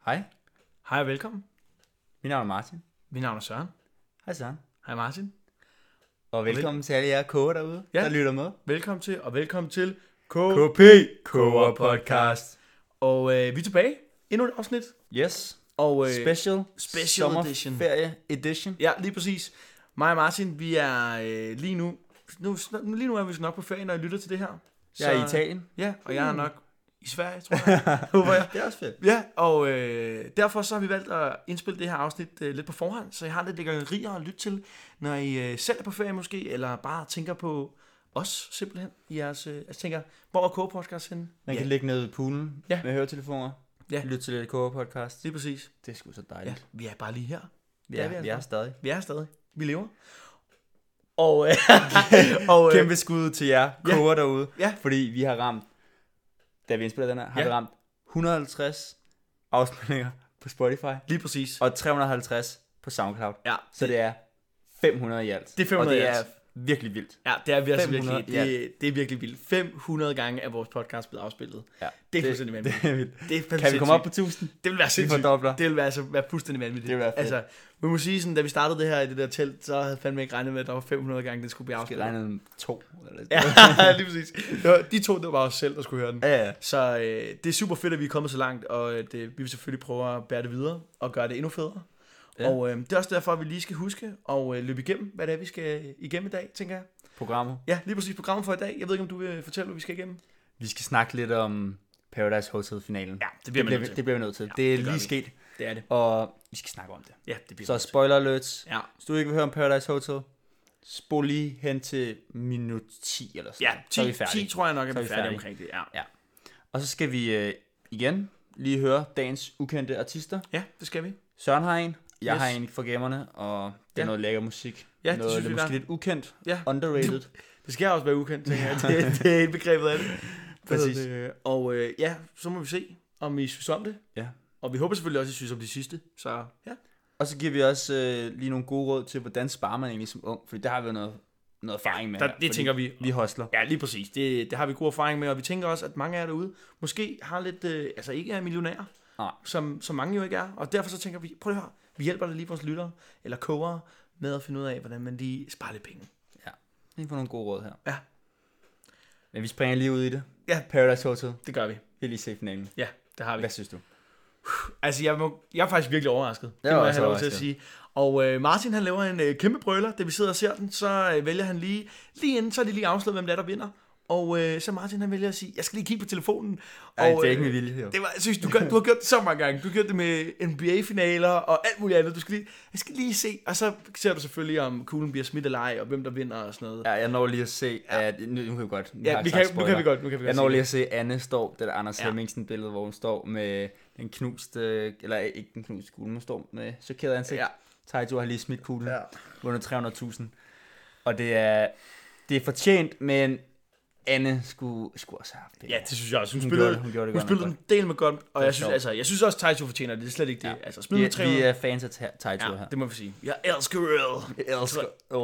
Hej, Hej og velkommen. mit navn er Martin. Mit navn er Søren. Hej Søren. Hej Martin. Og velkommen til alle jer koger derude, der lytter med. Velkommen til KP Koger Podcast. Og vi er tilbage. Endnu et afsnit. Yes, Og special edition. sommerferie edition. Ja, lige præcis. Mig og Martin, vi er lige nu er vi nok på ferie, når I lytter til det her. Jeg er i Italien. Ja, og jeg er nok i Sverige, tror jeg. Håber jeg. Det er også fedt. Ja, og derfor så har vi valgt at indspille det her afsnit lidt på forhånd, så I har lidt lækkerier at lytte til, når I selv er på ferie måske, eller bare tænker på os simpelthen i jeres, altså tænker, hvor er Koger Podcast henne? Man kan ligge nede i poolen med høretelefoner. Ja. Lytte til lidt Koger Podcast. Lige præcis. Det er sgu så dejligt. Ja, vi er bare lige her. Vi er stadig. Vi er stadig. Vi lever. Og Kæmpe skud til jer koger derude. Ja. Fordi vi har ramt, da vi indspiller den her, har vi ramt 150 afspilninger på Spotify. lige præcis. Og 350 på SoundCloud. Ja, Så det er 500 i alt. Det er 500 og det i alt. er virkelig vildt. Ja, det er virkelig 500, det er virkelig vildt. 500 gange er vores podcast blevet afspillet. Ja, Det er fuldstændig vanvittigt. Det er vildt. Det er fandme Kan vi komme op på sindssygt. 1000? Det vil være sindssygt. fordobler. Det vil være fuldstændig vanvittigt. Det vil være fedt. Altså, man må sige sådan, da vi startede det her i det der telt, så havde jeg fandme ikke regnet med, at der var 500 gange, det skulle blive Skal afspillet. regne 2 eller Ja, lige præcis. De to, det var bare os selv, der skulle høre den. Ja. Så det er super fedt, at vi er kommet så langt, og vi vil selvfølgelig prøve at bære det videre og gøre det endnu federe. Ja. Og det er også derfor, at vi lige skal huske at løbe igennem, hvad det er, vi skal igennem i dag, tænker jeg. Programmet. Ja, lige præcis programmet for i dag. Jeg ved ikke, om du vil fortælle, hvad vi skal igennem. Vi skal snakke lidt om Paradise Hotel-finalen. Ja, det bliver vi nødt til. Ja, det er det gør lige vi. sket, Det er det. og vi skal snakke om det. Ja, det bliver Så spoiler alerts. Ja. Hvis du ikke vil høre om Paradise Hotel, spol lige hen til minut 10 eller sådan Ja, noget. Så er vi 10 færdige. tror jeg nok, at Så vi er er vi færdige færdige. omkring det. Ja. Og så skal vi igen lige høre dagens ukendte artister. Ja, det skal vi. Søren har en, jeg Yes. har en for gamerne, og det er noget lækker musik. Ja, det noget synes vi måske er. lidt ukendt, Ja. underrated. Det skal også være ukendt, tænker jeg. Det er helt begrebet af det. Præcis. Og ja, så må vi se, om I synes om det. Ja. Og vi håber selvfølgelig også, at I synes om de sidste. Så ja. Og så giver vi også lige nogle gode råd til, hvordan sparer man egentlig som ung, for der har vi noget erfaring med. Der, her, det fordi tænker vi. Vi hostler. Ja, lige præcis. Det har vi god erfaring med, og vi tænker også, at mange af jer derude måske har lidt, altså ikke er millionærer, Nej. som mange jo ikke er. Og derfor så tænker vi, prøv at høre, vi hjælper da lige vores lyttere, eller kogere, med at finde ud af, hvordan man lige sparer lidt penge. Ja, vi får nogle gode råd her. Ja. Men vi springer lige ud i det. Ja. Paradise Hotel. Det gør vi. Vi vil lige se finalen. Ja, det har vi. Hvad synes du? Altså, jeg er faktisk virkelig overrasket. Jeg Det er må jeg også have lov til at overrasket. sige. Og Martin, han laver en kæmpe brøler. Da vi sidder og ser den, så vælger han lige inden, så er det lige afsløret, hvem det er, der vinder. Og så Martin, han vælger at sige, jeg skal lige kigge på telefonen. Ej, og, det er ikke med vilje, jo. det var, jeg synes, du har gjort det så mange gange. Du har gjort det med NBA-finaler og alt muligt andet. Jeg skal lige se. Og så ser du selvfølgelig, om kuglen bliver smidt eller ej, og hvem der vinder og sådan noget. Ja, jeg når lige at se, at nu kan vi godt. Ja, nu kan vi godt. Jeg når lige at se Anne står, det der Anders Ja. Hemmingsen billede, hvor hun står med den knuste, eller ikke den knuste kugle, hun står med chokeret ansigt. Ja. Taito har lige smidt kuglen, Ja. vundet 300.000. Og det er fortjent, men Anne skulle også have haft det. Ja, det synes jeg også. Hun gjorde det Hun godt spillede nok en del med godt, og var jeg synes, sjovt. jeg synes også, Taito fortjener det. Det er slet ikke det. Ja. Altså, spil med 300. Vi er fans af Taito Ja, her. det må vi sige. Jeg elsker Earl. Jeg elsker.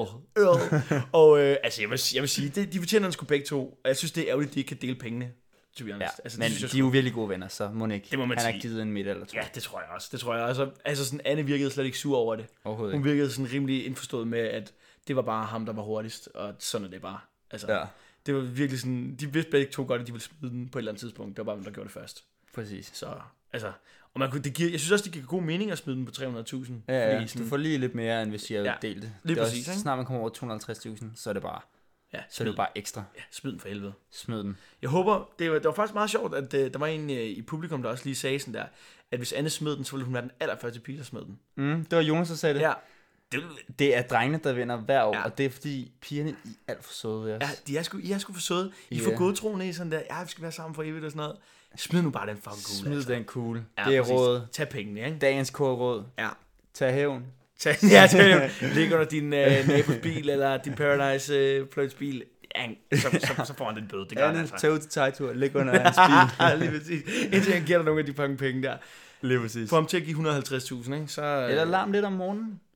Earl. Og altså, jeg vil sige, de fortjener den sgu begge to. Og jeg synes, det er ærgerligt, at de ikke kan dele pengene. To be honest. Ja, Altså, men det synes de er jo virkelig gode venner, så må ikke. Det må man Han har sige. givet en midt eller to. Ja, det tror jeg også. Altså sådan, Anne virkede slet ikke sur over det. Overhovedet Hun ikke. virkede sådan rimelig indforstået med, at det var bare ham, der var hurtigst. Og sådan er det bare. Altså, Ja, det var virkelig sådan, de vidste begge to godt, at de ville smide den på et eller andet tidspunkt. Det var bare hvem, der gjorde det først. præcis. Så, altså, og man kunne, jeg synes også, det giver god mening at smide den på 300.000. Ja, fordi sådan, du får lige lidt mere, end hvis jeg Ja, havde delt det. lige Det er præcis, også, ikke? snart man kommer over 250.000, så er det bare, ja, så er det jo bare ekstra. Ja, smid den for helvede. Smid den. Jeg håber, det var faktisk meget sjovt, at der var en i publikum, der også lige sagde sådan der, at hvis Anne smed den, så ville hun være den allerførste pige, der smed den. Det var Jonas, der sagde det. Ja, Det er drengene, der vinder hver år, Ja. og det er fordi pigerne I er alt for søde ved os. ja I er sgu for søde. I får godtroende i sådan der, ja, vi skal være sammen for evigt og sådan noget. Smid nu bare den fucking kugle. Smid altså. den kugle. Ja, Det er præcis. råd. Tag pengene, ikke? Dagens kogeråd. Ja. Tag hævn. Tag Ligge under din nabos bil, eller din Paradise Flirts bil. Ja, så får han den bøde. Det gør han Anne, altså. tag ud til Taito og læg under hans bil. Lige præcis. Indtil han giver dig nogle af de penge der. Lige præcis. Få ham til at give 150.000, ikke? Så, Eller larm lidt om morgenen.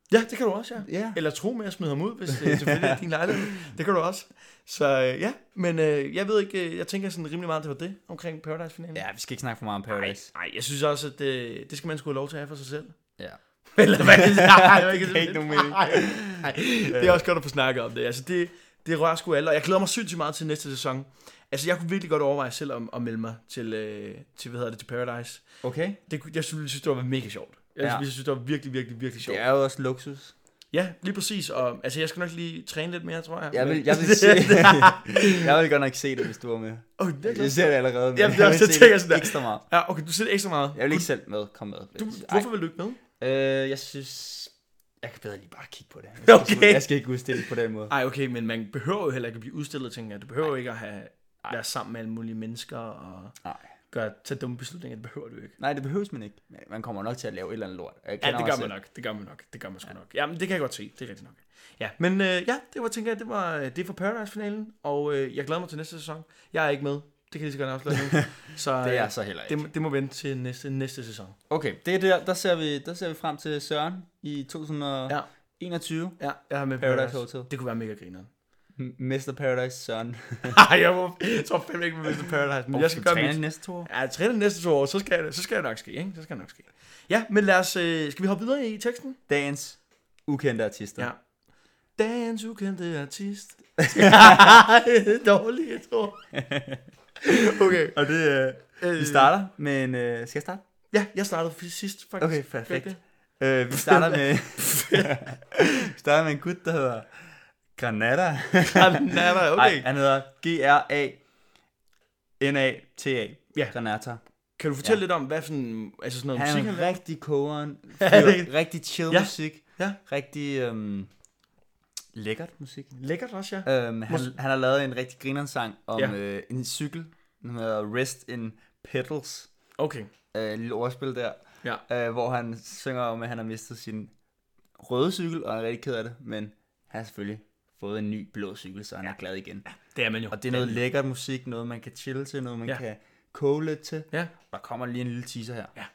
Ja, det kan du også, ja. Ja. Eller tro med at smide ham ud, hvis det selvfølgelig er din lejlighed. Det kan du også. Så ja, men jeg ved ikke, jeg tænker sådan rimelig meget, det var det omkring Paradise-finalen. Ja, vi skal ikke snakke for meget om Paradise. Nej, jeg synes også, at det skal man sgu have lov til at have for sig selv. Ja. Eller hvad? Nej, Det er ikke nogen mening. Nej, det er også godt at få snakket om det. Altså, det rører sgu alle, og jeg glæder mig sindssygt meget til næste sæson. Altså, jeg kunne virkelig godt overveje selv at melde mig til til Paradise. Okay. Jeg synes, det var mega sjovt. Jeg synes, det var virkelig, virkelig, virkelig sjovt. Det er jo også luksus. Ja, lige præcis. Og altså, jeg skal nok lige træne lidt mere, tror jeg. Jeg vil godt nok se det, hvis du var med. Jeg ser det allerede, men jeg vil se det ekstra meget. Ja, okay, du ser det ekstra meget. Jeg vil ikke selv komme med. Hvorfor vil du ikke med? Jeg synes... Jeg kan bedre lige bare kigge på det. Jeg skal ikke udstilles på den måde. Ej, okay, men man behøver jo heller ikke at blive udstillet, tænker jeg. Du behøver ikke at være sammen med alle mulige mennesker og tage dumme beslutninger. Det behøver du ikke. Nej, det behøves man ikke. Man kommer nok til at lave et eller andet lort. Ja, det gør man nok. Det gør man sgu nok. Jamen, det kan jeg godt se. Det er rigtigt nok. Ja, men tænker jeg, det er for Paradise-finalen, og jeg glæder mig til næste sæson. Jeg er ikke med. Det kan jeg lige så godt afsløre nu. Så, det er så heller ikke. Det må vente til næste sæson. Okay, det er der ser vi frem til Søren i 2021. Ja, jeg har med Paradise Hotel. Det kunne være mega grineren. Mr. Paradise Søren. Nej, jeg tror fandme ikke med Mr. Paradise, men jeg skal gøre træne de næste 2 år. Ja, træne de næste 2 år, så skal det nok ske, ikke? Så skal det nok ske. Ja, men lad os skal vi hoppe videre i teksten? Dagens ukendte artister. Ja. Dagens ukendte artist. Dårligt, jeg tror. Okay. Og det vi starter med en skal jeg starte? Ja, jeg startede sidst faktisk. Okay, perfekt. Vi starter med en gut, der hedder Granata. Granata, okay. Ej, han hedder Granata. Ja. Granata. Kan du fortælle lidt om, hvad for sådan, altså sådan noget musik han er rigtig kogeren. Rigtig chill musik. Ja. Rigtig lækkert musik. Lækkert også, ja. Han har lavet en rigtig grineren sang om en cykel, den hedder Rest in Pedals. Okay. En lille ordspil der, hvor han synger om, at han har mistet sin røde cykel, og er rigtig ked af det, men han har selvfølgelig fået en ny blå cykel, så han er glad igen. Ja, det er man jo. Og det er noget lækkert musik, noget man kan chille til, noget man kan koge lidt til. Ja. Der kommer lige en lille teaser her. Ja.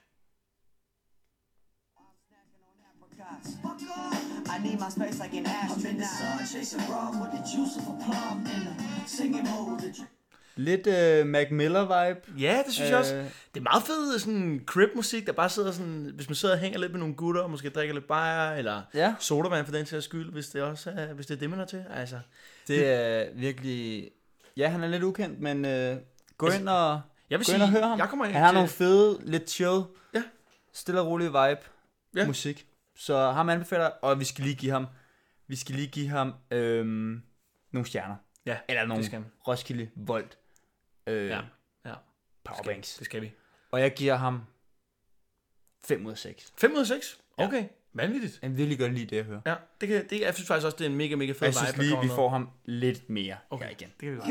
I need my space like an astronaut. Chasing rum with the juice of a plum in a singing mode. Lidt Mac Miller-vibe. Ja, det synes jeg også. Det er meget fedt sådan crib-musik, der bare sidder sådan, hvis man sidder og hænger lidt med nogle gutter, og måske drikker lidt bajer, eller sodavand for den sags skyld, hvis det er det, man er til. Altså, det er virkelig... Ja, han er lidt ukendt, men gå ind og hør ham. Han har nogle fede, lidt chill, stille og rolige vibe musik. Så ham anbefaler, og vi skal lige give ham nogle stjerner. Ja, eller nogle Roskilde Volt powerbanks. Det skal vi. Og jeg giver ham 5 ud af 6. 5 ud af 6? Okay. Ja. Vanvittigt. Jeg virkelig godt lide det, jeg hører. Ja, jeg synes faktisk også, det er en mega, mega fed vibe. Jeg synes lige, vi får ham lidt mere her igen. Det kan vi godt.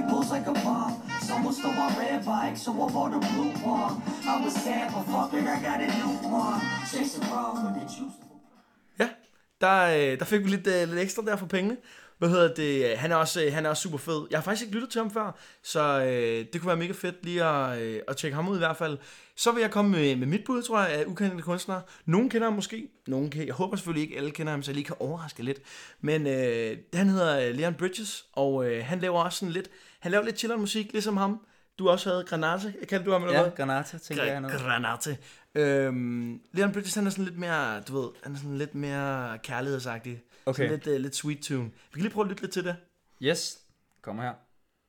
Ja, der fik vi lidt ekstra der for pengene. Han er også super fed. Jeg har faktisk ikke lyttet til ham før, så det kunne være mega fedt lige at tjekke ham ud i hvert fald. Så vil jeg komme med mit bud, tror jeg, af ukendte kunstnere. Nogen kender ham måske, jeg håber selvfølgelig ikke alle kender ham, så jeg lige kan overraske lidt. Men han hedder Leon Bridges, og han laver også sådan lidt, chillere musik, ligesom ham. Du også havde Granata, kaldte du ham eller hvad? Ja, Granata, tænker jeg. Granata. Leon Bridges, han er sådan lidt mere, du ved, han er sådan lidt mere kærlighedsagtig. Okay. Lidt sweet tune. Vi kan lige prøve at lytte lidt til det. Yes, kommer her.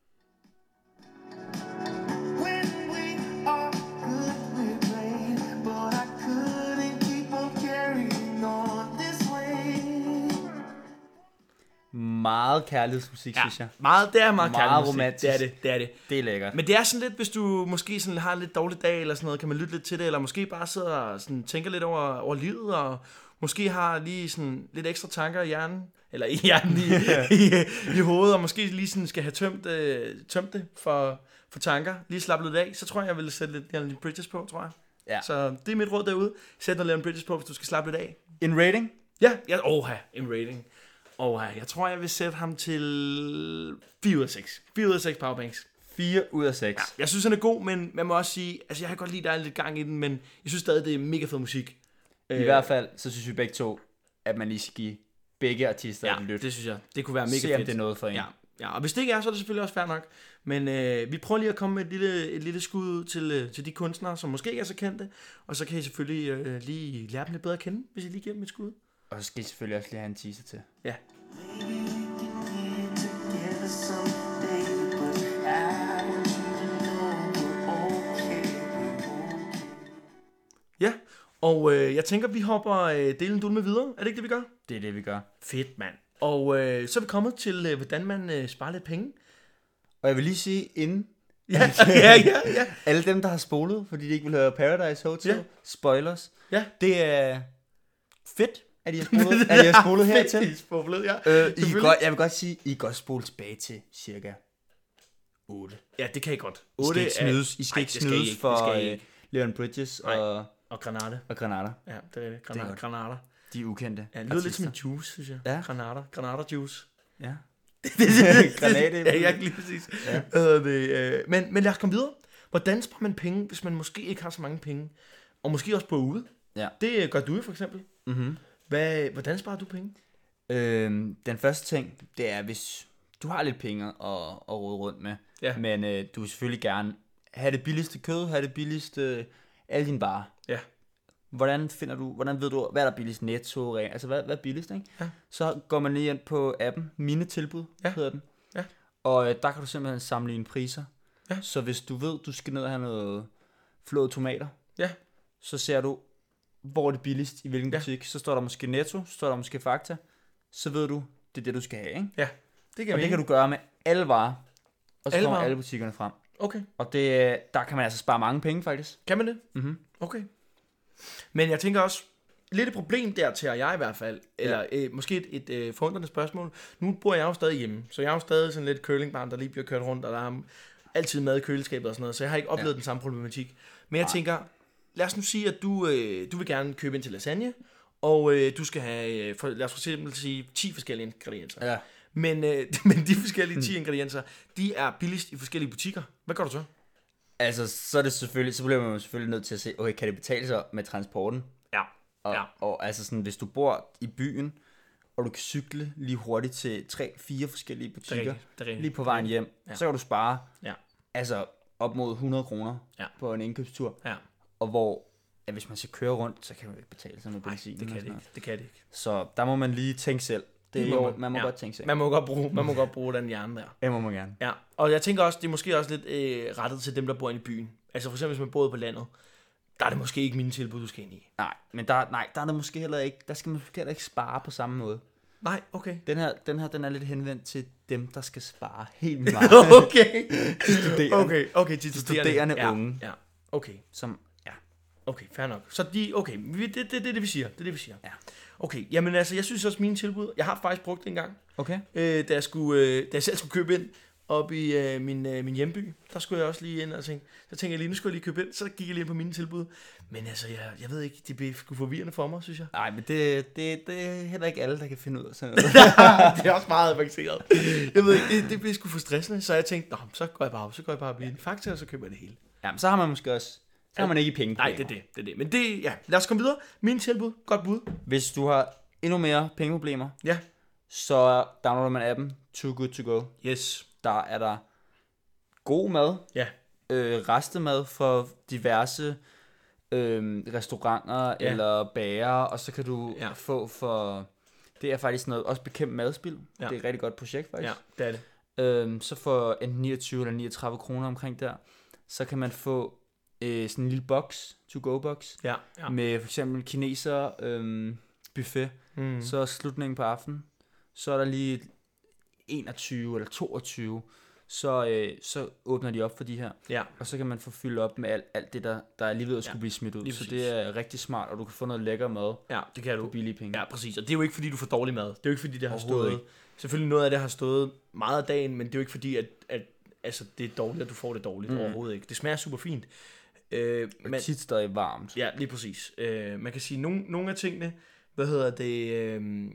Meget kærlighedsmusik, synes jeg. Det er meget kærlighedsmusik. Romantisk. Det er det. Det er lækkert. Men det er sådan lidt, hvis du måske sådan har en lidt dårlig dag eller sådan noget, kan man lytte lidt til det, eller måske bare sidder og sådan tænker lidt over livet, og måske har lige sådan lidt ekstra tanker i hjernen, eller i hjernen i hovedet, og måske lige sådan skal have tømt det for tanker, lige slappe lidt af, så tror jeg vil sætte lidt Leon Bridges på, tror jeg. Ja. Så det er mit råd derude. Sæt noget Leon Bridges på, hvis du skal slappe lidt af. En rating? Ja, en rating. Jeg tror, jeg vil sætte ham til 4 ud af 6. 4 ud af 6 powerbanks. 4 ud af 6. Ja, jeg synes, han er god, men man må også sige, altså jeg kan godt lide, der er lidt gang i den, men jeg synes stadig, det er mega fed musik. I hvert fald, så synes vi begge to, at man lige skal give begge artister et lyt. Det synes jeg. Det kunne være mega fedt. Se om det er noget for en. Ja, og hvis det ikke er, så er det selvfølgelig også fair nok. Men vi prøver lige at komme med et lille skud til de kunstnere, som måske ikke er så kendte. Og så kan I selvfølgelig lige lære dem lidt bedre at kende, hvis I lige giver dem et skud. Og så skal I selvfølgelig også lige have en teaser til. Ja. Ja, og jeg tænker, vi hopper delen du med videre. Er det ikke det, vi gør? Det er det, vi gør. Fedt, mand. Og så er vi kommet til, hvordan man sparer lidt penge. Og jeg vil lige sige, inden ja. alle dem, der har spolet, fordi de ikke vil høre Paradise Hotel, spoilers, det er fedt, at I har spolet hertil. Fedt, I har spolet, ja. Jeg vil godt sige, I kan godt spole tilbage til cirka 8. Ja, det kan I godt. 8 I skal ikke snydes for Leon Bridges og Granada. Ja, det er det. Granada. De er ukendte. Ja, det lyder lidt som en juice, synes jeg. Ja. Granada juice. Ja. Granate. Ja, lige præcis. Ja. Men lad os komme videre. Hvordan sparer man penge, hvis man måske ikke har så mange penge? Og måske også på ude. Ja. Det gør du for eksempel. Mm-hmm. Hvordan sparer du penge? Den første ting, det er, hvis du har lidt penge at råde rundt med, men du vil selvfølgelig gerne have det billigste kød, have det billigste alle dine varer. Ja. Hvordan ved du, hvad er der billigst? Netto, altså hvad er billigst, ikke? Ja. Så går man lige ind på appen, Mine Tilbud hedder den. Ja. Og der kan du simpelthen sammenligne priser. Ja. Så hvis du ved, du skal ned og have noget flåede tomater, så ser du, hvor er det billigst i hvilken butik. Så står der måske Netto, så står der måske Fakta. Så ved du, det er det, du skal have, ikke? Ja, det kan det kan du gøre med alle varer. Og så kommer alle butikkerne frem. Okay. Og der kan man altså spare mange penge, faktisk. Kan man det? Mhm. Okay. Men jeg tænker også, lidt et problem der til jeg i hvert fald, eller måske et forundrende spørgsmål. Nu bor jeg jo stadig hjemme, så jeg er jo stadig sådan lidt curlingbarn, der lige bliver kørt rundt, og der er altid mad i køleskabet og sådan noget, så jeg har ikke oplevet den samme problematik. Men jeg tænker, lad os nu sige, at du vil gerne købe ind til lasagne, og du skal have, lad os for eksempel sige, 10 forskellige ingredienser. Ja. Men de forskellige 10 ingredienser, de er billigst i forskellige butikker. Hvad gør du så? Altså, så bliver man selvfølgelig nødt til at se, okay, kan det betale sig med transporten? Ja. Og altså sådan, hvis du bor i byen, og du kan cykle lige hurtigt til 3-4 forskellige butikker, lige på vejen hjem, så kan du spare altså op mod 100 kroner på en indkøbstur. Ja. Og hvor, hvis man skal køre rundt, så kan man ikke betale sig med benzin. Det kan det ikke. Så der må man lige tænke selv. Man må godt tænke selv. Man må godt bruge den hjerne der. Det må man gerne. Ja. Og jeg tænker også, det er måske også lidt rettet til dem, der bor inde i byen. Altså for eksempel, hvis man bor på landet, der er det måske ikke Mine Tilbud, du skal ind i. Nej, men der er det måske heller ikke, der skal man heller ikke spare på samme måde. Nej, okay. Den her er lidt henvendt til dem, der skal spare helt meget. Okay. Okay, de studerende unge. Ja, okay. Okay, fair nok. Så det er det, vi siger. Ja. Okay, jamen altså, jeg synes også Mine Tilbud, jeg har faktisk brugt det en gang. Okay. Da jeg selv skulle købe ind op i min hjemby, der skulle jeg også lige ind og tænke, så tænkte jeg lige, nu skulle jeg lige købe ind, så gik jeg lige ind på Mine Tilbud. Men altså, jeg ved ikke, det blev sgu forvirrende for mig, synes jeg. Nej, men det er heller ikke alle, der kan finde ud af sådan noget. Det er også meget avanceret. Jeg ved ikke, det blev sgu for stressende, så jeg tænkte, så går jeg bare blive en Fakta, og så køber jeg det hele. Jamen, så har man måske også, så har man ikke penge. Nej, det er det. Men lad os komme videre. Mine Tilbud, godt bud. Hvis du har endnu mere pengeproblemer, så downloader man appen Too Good To Go. Yes. Der er der god mad, restemad for diverse restauranter eller bager, og så kan du få for, det er faktisk noget, også bekæmpe madspild. Det er et rigtig godt projekt faktisk. Ja, det er det. Så for enten 29 eller 39 kroner omkring der, så kan man få sådan en lille box, to-go-box, med for eksempel kineser buffet, så slutningen på aftenen, så er der lige 21 eller 22, så åbner de op for de her, og så kan man få fyldt op med alt det, der er lige ved at skulle blive smidt ud, så det er rigtig smart, og du kan få noget lækker mad det kan for billige penge. Ja, præcis, og det er jo ikke fordi, du får dårlig mad, det er jo ikke fordi, det har stået, selvfølgelig noget af det har stået meget af dagen, men det er jo ikke fordi, at altså, det er dårligt, at du får det dårligt, overhovedet ikke. Det smager super fint. Men tit stadig varmt. Ja, lige præcis. Man kan sige, nogle af tingene,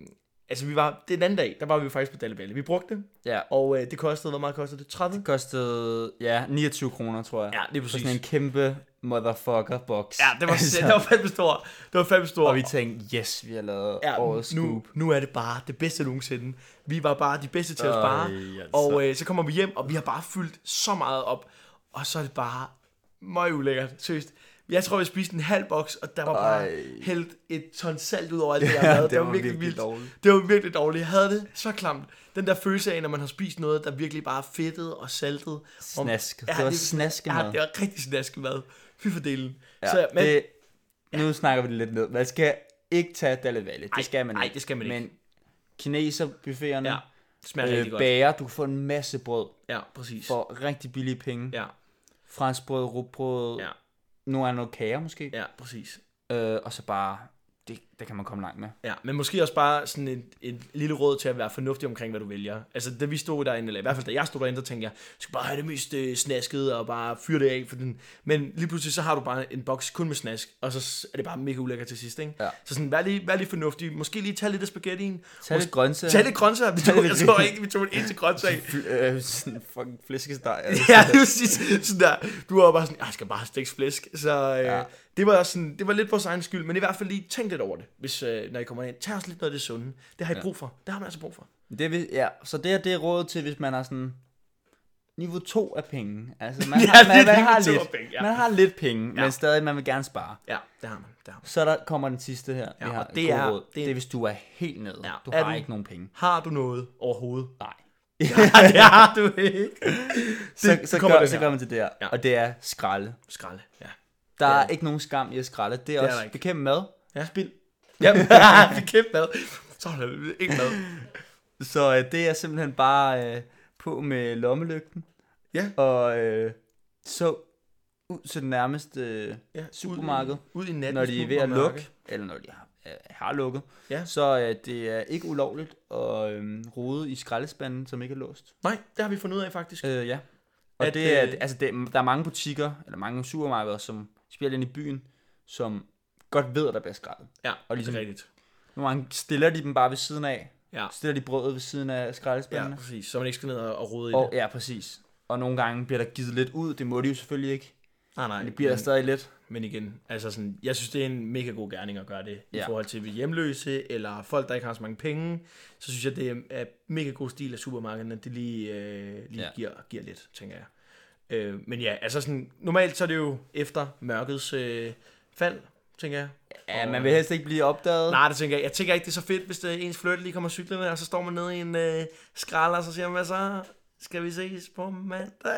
Altså den anden dag, der var vi jo faktisk på Dalle Balle. Vi brugte det, ja. Og det kostede, hvor meget kostede det? 30? Det kostede, 29 kroner, tror jeg. Ja, det er præcis. Sådan en kæmpe motherfucker-box. Ja, det var fandme stor. Det var fandme stor. Og vi tænkte, yes, vi har lavet årets scoop. Nu er det bare det bedste nogensinde. Vi var bare de bedste til at spare. Altså. Og så kommer vi hjem, og vi har bare fyldt så meget op. Og så er det bare meget ulækkert. Seriøst. Jeg tror, vi spiste en halv boks, og der var bare hældt et ton salt ud over alt det, jeg havde. Det var virkelig vildt. Dårligt. Det var virkelig dårligt. Jeg havde det så klamt. Den der følelse af, når man har spist noget, der virkelig bare er fedtet og saltet. Snask. Det var snaskemad. Ja, det var rigtig snaskemad. Fy for delen. Ja, så, men, nu snakker vi det lidt ned. Man skal ikke tage Dalle Valle. Det skal man ikke. Nej, det skal man ikke. Men kineserbuffeterne, smager rigtig godt. Bager, du kan få en masse brød. Ja, præcis. For rigtig billige penge. Ja. Fransk brød, rugbrød. Ja. Nu er noget kager måske. Ja, præcis. Og så bare, det kan man komme langt med. Ja, men måske også bare sådan et lille råd til at være fornuftig omkring, hvad du vælger. Altså, da vi stod derinde, eller i hvert fald da jeg stod derinde, der tænkte jeg skal bare have det mest snaskede og bare fyre det af for den. Men lige pludselig så har du bare en boks kun med snask, og så er det bare mega ulækkert til sidst, ikke? Ja. Så sådan, vær lige fornuftig. Måske lige tage lidt af spaghettien. Tag lidt grøntsager. Tag lidt grøntsager. Vi tog en til grøntsager. Sådan fucking flæskesteg. Ja, det var sådan der. Du var bare sådan, jeg skal bare stegt flæsk. Så det var sådan, det var lidt vores egen skyld, men i hvert fald lige tænk lidt over det, hvis når I kommer ind. Tag også lidt noget af det sunde. Det har I brug for. Det har man altså brug for. Så det er råd til, hvis man har sådan niveau 2 af penge. Altså man har lidt penge, men stadig man vil gerne spare. Ja, det har man. Så der kommer den sidste her. Ja, vi har det er råd. Det er hvis du er helt nede. Ja, du har ikke nogen penge. Har du noget overhovedet? Nej. Det har du ikke. Så kommer man til det her, og det er skralde. Skralde, ja. Der er ikke nogen skam i at skralde. Det er også bekæmpe mad. Ja. Spild. Ja, bekæmpe mad. Så er det ikke mad. Så det er simpelthen bare på med lommelygten. Ja. Og så ud til den nærmeste supermarked. Ud i natten. Når de er ved at lukke, eller når de har lukket. Ja. Så det er ikke ulovligt at rode i skraldespanden, som ikke er låst. Nej, det har vi fundet ud af faktisk. Ja. Og der er mange butikker, eller mange supermarkeder, som spiller ind i byen, som godt ved, at der bliver skraldet. Ja, og ligesom, det er rigtigt. Nogle gange stiller de dem bare ved siden af. Ja. Stiller de brødet ved siden af skraldespandene. Ja, præcis. Så man ikke skal ned og rode i det. Ja, præcis. Og nogle gange bliver der givet lidt ud. Det må de jo selvfølgelig ikke. Nej. Men det bliver der stadig lidt. Men igen, altså sådan, jeg synes, det er en mega god gerning at gøre det. I forhold til hjemløse, eller folk, der ikke har så mange penge. Så synes jeg, det er mega god stil af supermarkederne, at det lige giver lidt, tænker jeg. Men ja, altså sådan, normalt så er det jo efter mørkets fald, tænker jeg. Ja, man vil helst ikke blive opdaget. Nej, det tænker jeg. Jeg tænker ikke, det er så fedt, hvis ens flirte lige kommer cyklerne, og så står man nede i en skralder, og så siger man, hvad så? Skal vi ses på mandag?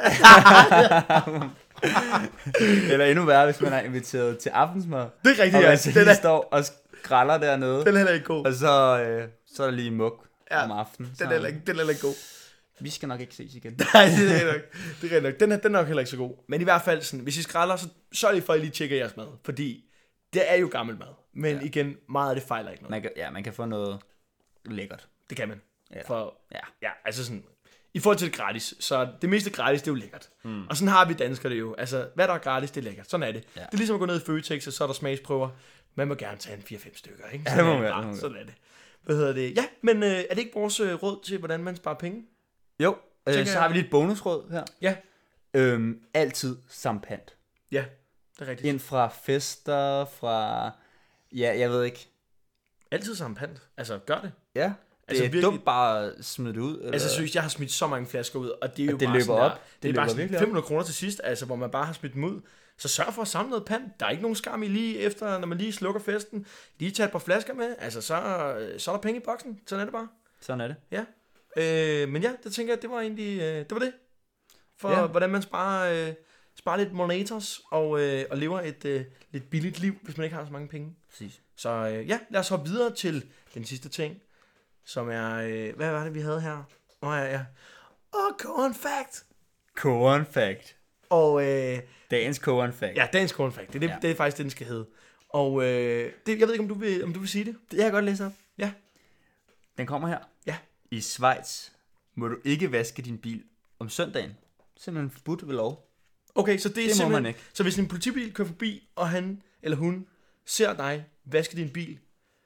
Eller endnu værre, hvis man er inviteret til aftensmad. Det er rigtigt, ja. Og man står og skralder dernede. Den er heller ikke god. Og så er der lige muk om aftenen. Den er heller ikke god. Vi skal nok ikke ses igen. Nej, det er nok. Den er nok heller ikke så god. Men i hvert fald, sådan, hvis I skralder, så sørg lige for, at I lige tjekker jeres mad. Fordi det er jo gammel mad. Men igen, meget af det fejler ikke noget. Man kan få noget lækkert. Det kan man. Altså sådan, i forhold til det gratis, så det meste gratis, det er jo lækkert. Og sådan har vi danskere det jo. Altså, hvad der er gratis, det er lækkert. Sådan er det. Ja. Det er ligesom at gå ned i Føtex, og så er der smagsprøver. Man må gerne tage en 4-5 stykker, ikke? Sådan er det. Hvad hedder det? Ja, men er det ikke vores råd til, hvordan man sparer penge? Jo, så har vi lige et bonusråd her. Ja. Altid sampant. Ja, det er rigtigt. Ind fra fester, fra... Ja, jeg ved ikke. Altid sampant. Altså, gør det. Ja. Altså, det er dumt bare at smide det ud. Eller? Altså, synes jeg har smidt så mange flasker ud, og det er jo det bare løber sådan op. Det er bare sådan 500 kroner til sidst, altså, hvor man bare har smidt dem ud. Så sørg for at samle noget pant. Der er ikke nogen skam i lige efter, når man lige slukker festen. Lige tage et par flasker med. Altså, så er der penge i boksen. Sådan er det bare. Sådan er det. Ja. Men ja, det tænker jeg, det var egentlig, det var det. For hvordan man sparer lidt monetos og lever et lidt billigt liv, hvis man ikke har så mange penge. Præcis. Så lad os hoppe videre til den sidste ting, som er, hvad var det, vi havde her? Corn fact. Corn fact. Og dagens corn fact. Ja, dagens corn fact. Det er faktisk det, den skal hedde. Og jeg ved ikke, om du vil sige det. Det kan jeg godt læse op. Ja. Den kommer her. Ja. I Schweiz må du ikke vaske din bil om søndagen. Simpelthen forbudt ved lov. Okay, så det er simpelthen... må man ikke. Så hvis en politibil kører forbi, og han eller hun ser dig vaske din bil,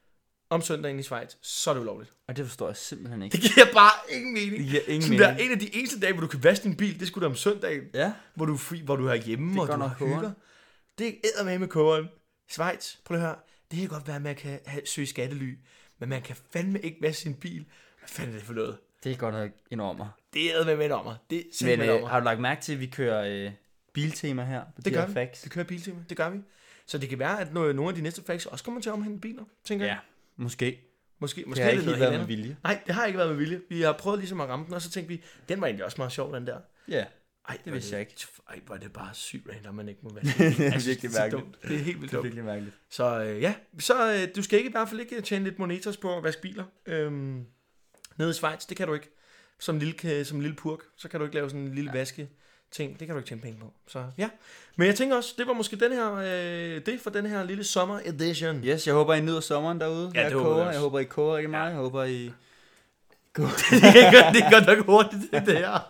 om søndagen i Schweiz, så er det ulovligt. Og det forstår jeg simpelthen ikke. Det giver bare ingen mening. Det giver ingen mening. Der en af de eneste dage, hvor du kan vaske din bil, det skulle da om søndagen. Ja. Hvor du er fri, hvor du er hjemme, og du har hygger. Det æder med kogeren. Schweiz, prøv at høre. Det kan godt være, at man kan søge skattely, men man kan fandme ikke vaske sin bil. Hvad fanden er det for noget? Det er godt nok en ommer. Det æder med en ommer. Det er simpelthen men har du lagt mærke til, at vi kører biltema her? På det gør vi. Vi kører biltema. Det gør vi. Så det kan være, at nogle af de næste facts også kommer til at omhandle biler, tænker jeg. Ja, måske. Måske det har ikke været med vilje. Nej, det har ikke været med vilje. Vi har prøvet ligesom at ramme den, og så tænkte vi, den var egentlig også meget sjov, den der. Ja, det vidste jeg ikke. Ej, hvor er det bare sygt random, man ikke må være. Det er virkelig mærkeligt. Det er helt vildt dumt. Det er virkelig mærkeligt. Så du skal ikke i hvert fald ikke tjene lidt monetos på at vaske biler. Nede i Schweiz, det kan du ikke. Som lille purk, så kan du ikke lave sådan en lille vaske ting. Det kan du ikke tjene penge på. Så ja. Men jeg tænker også, det var måske den her, det for den her lille sommer edition. Yes, jeg håber, I nyder sommeren derude. Ja, jeg håber, I koger ikke meget. Jeg håber, I... det er godt nok hurtigt, det her.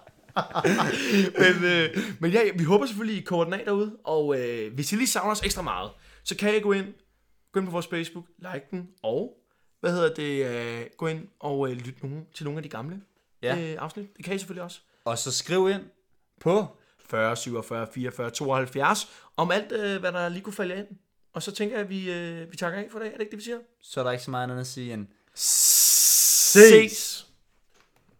men ja, vi håber selvfølgelig, I koger den af derude. Og hvis I lige savner os ekstra meget, så kan I gå ind på vores Facebook, like den, og gå ind og lytte til nogle af de gamle afsnit. Det kan I selvfølgelig også. Og så skriv ind på 40, 47, 44, 72 om alt, hvad der lige kunne falde ind. Og så tænker jeg, at vi takker af for dag. Er det ikke det, vi siger? Så er der ikke så meget andet at sige end ses!